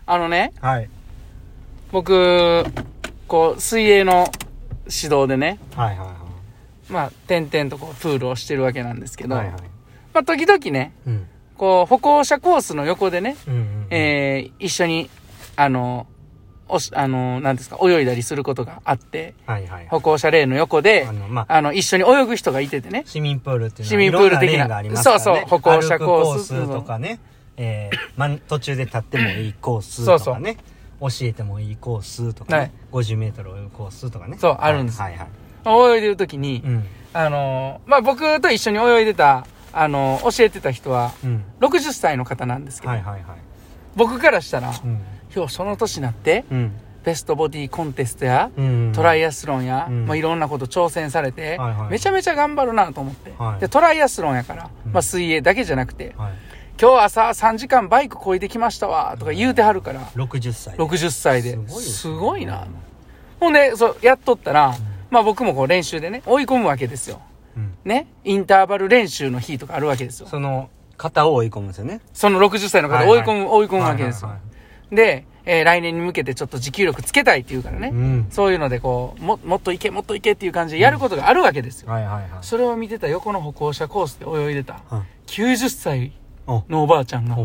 はい。 僕、こう、水泳の指導でね、 はいはいはい。 まあ、点々とこう、プールをしてるわけなんですけど、 はいはい。 まあ、時々ね、 うん。 こう、歩行者コースの横でね、 うんうんうん。 一緒に、なんですか、泳いだりすることがあって、 はいはい。 歩行者レーンの横で、一緒に泳ぐ人がいててね。 市民プールっていうのは市民プール的ないろんなレーンがありますからね。 そうそう、歩行者コース。 歩くコースとかね。途中で立ってもいいコースとかね。教えてもいいコースとかね。50メートル泳ぐコースとかね。 そう、あるんです。 はいはい。 泳いでる時に、まあ、僕と一緒に泳いでた、教えてた人は、60歳の方なんですけど、 はいはいはい。 僕からしたら、今日その年になって、ベストボディコンテストや、トライアスロンや、まあ、いろんなこと挑戦されて、めちゃめちゃ頑張るなと思って、で、トライアスロンやから、まあ、水泳だけじゃなくて、今日朝3時間バイク漕いできましたわ、とか言うてはるから、 60歳。 60歳で。すごいな。ほんで、やっとったら、まあ僕もこう練習でね、追い込むわけですよ。ね。インターバル練習の日とかあるわけですよ。 その、肩を追い込むんですよね。 その60歳の方を追い込むわけですよ。で、来年に向けてちょっと持久力つけたいって言うからね。そういうのでこう、もっといけっていう感じでやることがあるわけですよ。それを見てた横の歩行者コースで泳いでた、90歳のおばあちゃんが。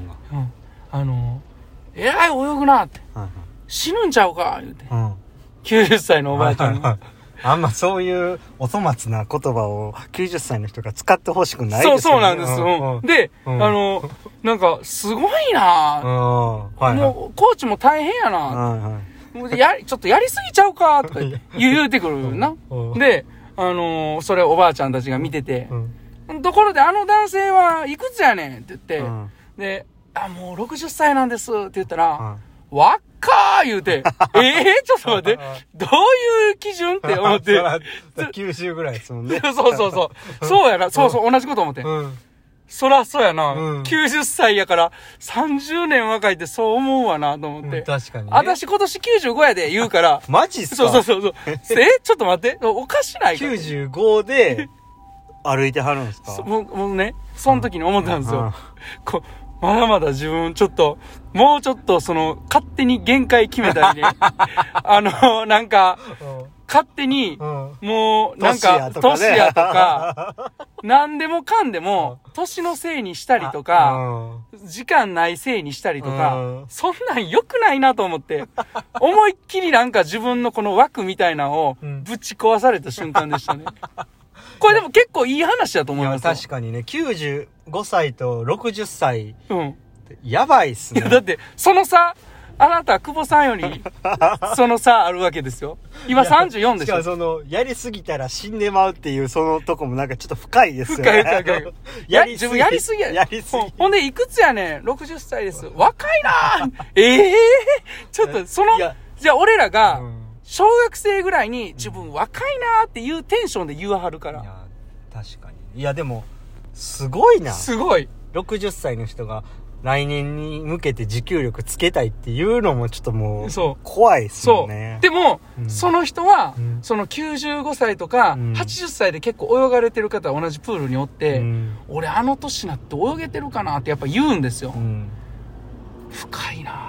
えらい泳ぐなって。死ぬんちゃうか言うて。90歳のおばあちゃんが。 あんまそういうお粗末な言葉を90歳の人が使ってほしくないですよね。 そうなんですよ。で、なんか、すごいなもう、コーチも大変やなちょっとやりすぎちゃうかとか言うてくるな。で、それおばあちゃんたちが見てて、ところで男性はいくつやねんって言って、で、もう60歳なんですって言ったら、わっかー言うて、ちょっと待って、どういう基準って思って。 90ぐらいですもんね。 そうやな、同じこと思って。そらそうやな、90歳やから30年若いってそう思うわなと思って。 確かにね。 私今年95やで言うから。 マジっすか？ そう。ちょっと待って、おかしないか ?95 で歩いてはるんですか？ もうね、その時に思ったんですよ。まだまだ自分もうちょっと勝手に限界決めたりね。なんか、勝手に、もう、なんか、年やとか、何でもかんでも、年のせいにしたりとか、時間ないせいにしたりとか、そんなん良くないなと思って、思いっきりなんか自分のこの枠みたいなのをぶち壊された瞬間でしたね。これでも結構いい話だと思いますよ。 確かにね、95歳と60歳。やばいっすね。 だって、その差、あなた、久保さんより、その差あるわけですよ。今34でしょ。 しかもやりすぎたら死んでまうっていうそのとこもなんかちょっと深いですよね。 深い。自分やりすぎや。ほんで、いくつやねん ?60 歳です。若いなちょっと、じゃあ俺らが、小学生ぐらいに自分若いなっていうテンションで言わはるから。 いや、確かに。いや、でも、すごいな。 すごい。 60歳の人が来年に向けて持久力つけたいっていうのもちょっともう、怖いっすよね。 でも、その人は、その95歳とか、80歳で結構泳がれてる方は同じプールにおって、俺年になって泳げてるかなってやっぱ言うんですよ。深いなーって。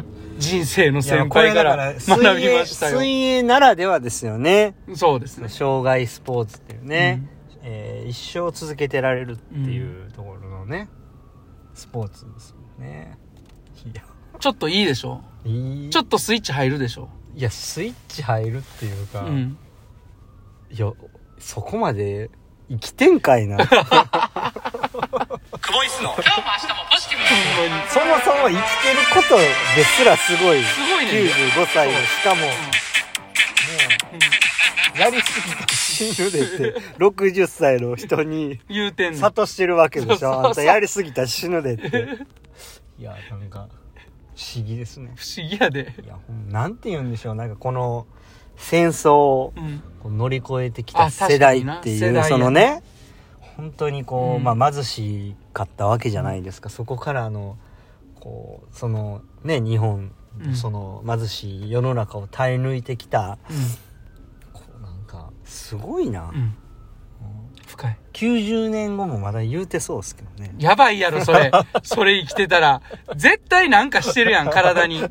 人生の先輩から学びましたよ。 水泳ならではですよね。 そうですね。 障害スポーツっていうね、一生続けてられるっていうところのね、スポーツですもんね。 ちょっといいでしょ？ちょっとスイッチ入るでしょ？ いや、スイッチ入るっていうか、いや、そこまで生きてんかいな。 クボイスの今日も明日もポジティブにそもそも生きてることですらすごい。 すごいね。 95歳の、しかも、もう、やりすぎて死ぬでって、60歳の人に、 言うてんの。 諭してるわけでしょ。あんたやりすぎたら死ぬでって。いや、なんか、不思議ですね。 不思議やで。 いや、なんて言うんでしょう。なんかこの、戦争を乗り越えてきた世代っていう、そのね、本当にこう、貧しかったわけじゃないですか。そこからこう、そのね、日本、その貧しい世の中を耐え抜いてきた、こうなんか、すごいな。 深い。 90年後もまだ言うてそうですけどね。 やばいやろ、それ。それ生きてたら。絶対なんかしてるやん、体に。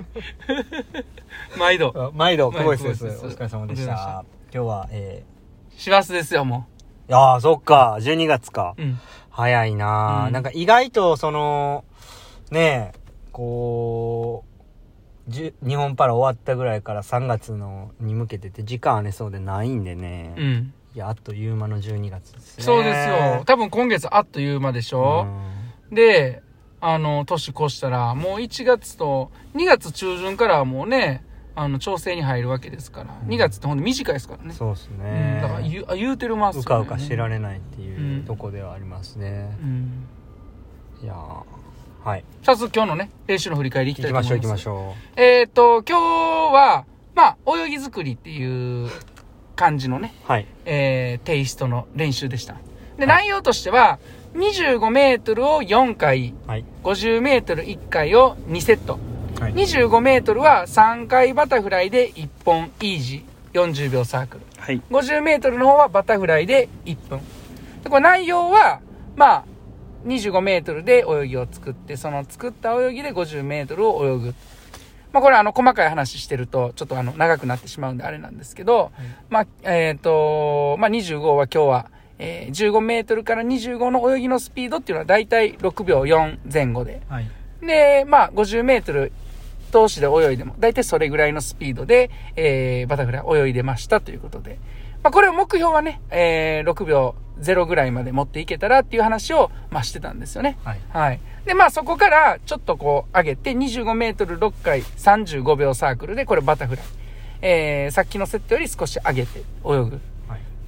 毎度、 久保井です。お疲れ様でした。今日は、 師走ですよ、もう。いやー、そっか、12月か。 うん。 早いなー、なんか意外と、ねえ、こう、日本パラ終わったぐらいから3月に向けてて時間ありそうでないんでね。 うん。 いや、あっという間の12月ですね。 そうですよ。多分今月あっという間でしょ、で、年越したら、もう1月と、2月中旬からはもうね、調整に入るわけですから。2月ってほんと短いですからね。 そうですね。 だから言うてるますよね。 うかうかしてられないっていうとこではありますね。いやー、はい。 早速今日のね、練習の振り返りいきたいと思います。 行きましょう。 今日は、まあ、泳ぎ作りっていう感じのね、 はい。 テイストの練習でした。で、内容としては、25メートルを4回、 はい、 50メートル1回を2セット。 はい、 25メートルは3回バタフライで1本イージー40秒サークル。 はい、 50メートルの方はバタフライで1分。で、これ内容は、まあ、25メートルで泳ぎを作って、その作った泳ぎで50メートルを泳ぐ。まあ、これ細かい話してると、ちょっと長くなってしまうんであれなんですけど、はい、まあ、25は今日は、15メートルから25の泳ぎのスピードっていうのはだいたい6秒4前後で。 はい、 で、まあ、50メートル通しで泳いでも、だいたいそれぐらいのスピードで、バタフライ泳いでましたということで。まあ、これを目標はね、6秒0ぐらいまで持っていけたらっていう話を、まあ、してたんですよね。 はい。 はい。で、まあ、そこからちょっとこう上げて、25メートル6回35秒サークルで、これバタフライ。さっきのセットより少し上げて泳ぐ。はい。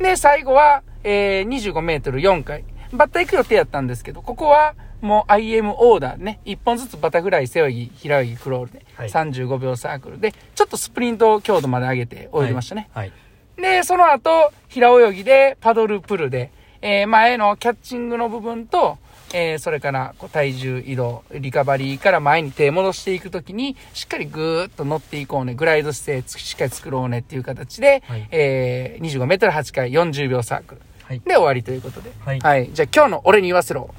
で、最後は、25メートル4回。バッタ行く予定やったんですけど、ここはもう IM オーダーね、1本ずつバタフライ、背泳ぎ、平泳ぎ、クロールで、35秒サークルで、ちょっとスプリント強度まで上げて泳ぎましたね。 はい。 で、その後、平泳ぎで、パドルプルで、前のキャッチングの部分と、それから体重移動、リカバリーから前に手戻していくときに、しっかりぐーっと乗っていこうね、グライド姿勢しっかり作ろうねっていう形で、はい、25メートル8回40秒サークル。はい、で終わりということで。はい。はい、じゃあ今日の俺に言わせろ。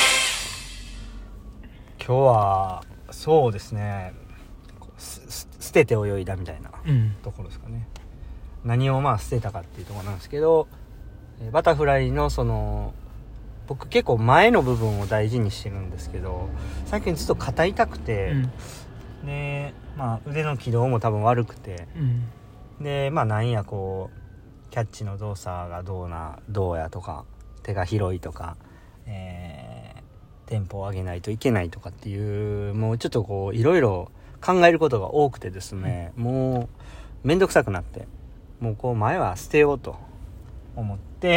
今日は、そうですね、捨てて泳いだみたいなところですかね。何をまあ捨てたかっていうところなんですけど、バタフライの僕結構前の部分を大事にしてるんですけど、最近ずっと肩痛くて、で、まあ腕の軌道も多分悪くて、で、まあなんやこう、キャッチの動作がどうやとか、手が広いとか、テンポを上げないといけないとかっていう、もうちょっとこういろいろ考えることが多くてですね、もうめんどくさくなって、もうこう前は捨てようと思って、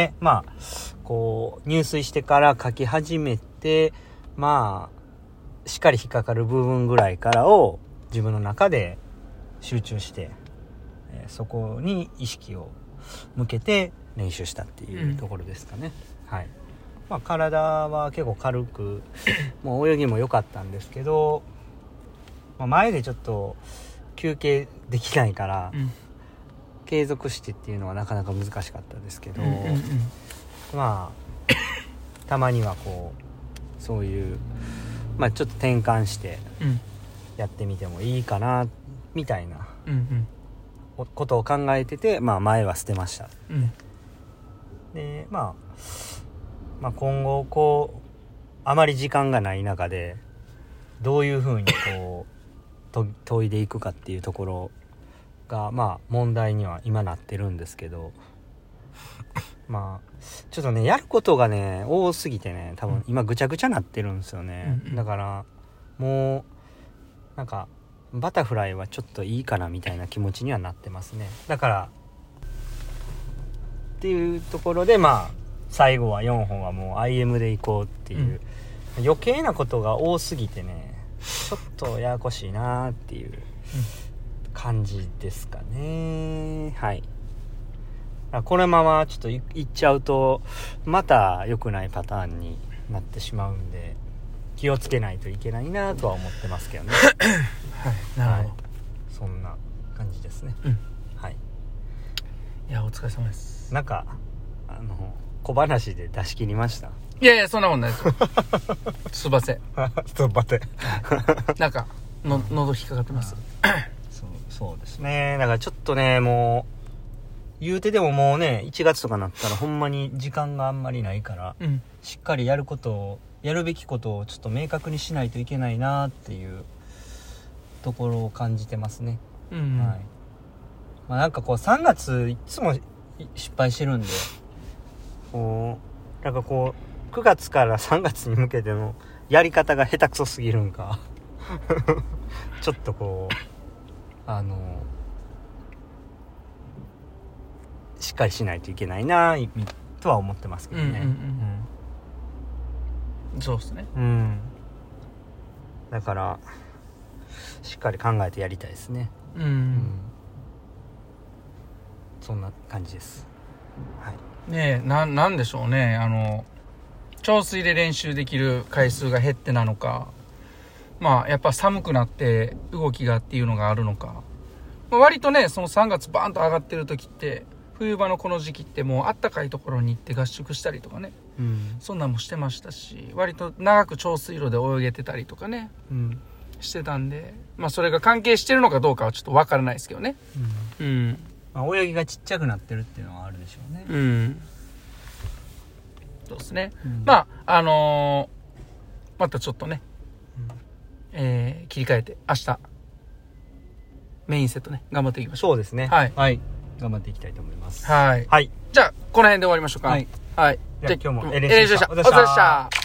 まあこう入水してから書き始めて、まあしっかり引っかかる部分ぐらいからを自分の中で集中して、そこに意識を向けて練習したっていうところですかね。はい。まあ体は結構軽く、もう泳ぎも良かったんですけど、まあ、前でちょっと休憩できないから、継続してっていうのはなかなか難しかったですけど、まあたまにはこうそういうまあちょっと転換してやってみてもいいかなみたいなことを考えてて、まあ前は捨てました。で、まあ今後こうあまり時間がない中でどういう風にこう研いでいくかっていうところがまあ問題には今なってるんですけど、まあちょっとねやることがね多すぎてね、多分今ぐちゃぐちゃなってるんですよね。だからもうなんかバタフライはちょっといいかなみたいな気持ちにはなってますね。だからっていうところで、まあ最後は4本はもう IM でいこうっていう、余計なことが多すぎてね、ちょっとややこしいなっていう感じですかね。はい。このままちょっといっちゃうとまた良くないパターンになってしまうんで、気をつけないといけないなとは思ってますけどね。 はい、なるほど、はい、 そんな感じですね。はい。 いやお疲れ様です。 なんか小話で出し切りました。 いやいや、そんなもんないですよ。すばせ。 すばせ。 なんか、喉引っかかってます。 そうですね。だからちょっとね、もう、言うてでももうね、1月とかなったらほんまに時間があんまりないから、しっかりやるべきことをちょっと明確にしないといけないなっていうところを感じてますね。はい。まあなんかこう3月いつも失敗してるんで、こう、なんかこう、9月から3月に向けてのやり方が下手くそすぎるんか。ちょっとこう、しっかりしないといけないなとは思ってますけどね。 そうですね。 だからしっかり考えてやりたいですね。そんな感じです。はい。 ねえ、なんでしょうね。長水で練習できる回数が減ってなのか、まあやっぱ寒くなって動きがっていうのがあるのか。割とね、その3月バーンと上がってる時って、冬場のこの時期ってもうあったかいところに行って合宿したりとかね、そんなんもしてましたし、割と長く長水路で泳げてたりとかね、してたんで、まあそれが関係してるのかどうかはちょっとわからないですけどね。 まあ、泳ぎがちっちゃくなってるっていうのはあるでしょうね。 そうですね。まあまたちょっとね、切り替えて明日メインセットね頑張っていきましょう。 そうですね。 はい。 頑張っていきたいと思います。 はい。じゃあこの辺で終わりましょうか。はい。 じゃあ今日もエレンでした。お疲れ様でした。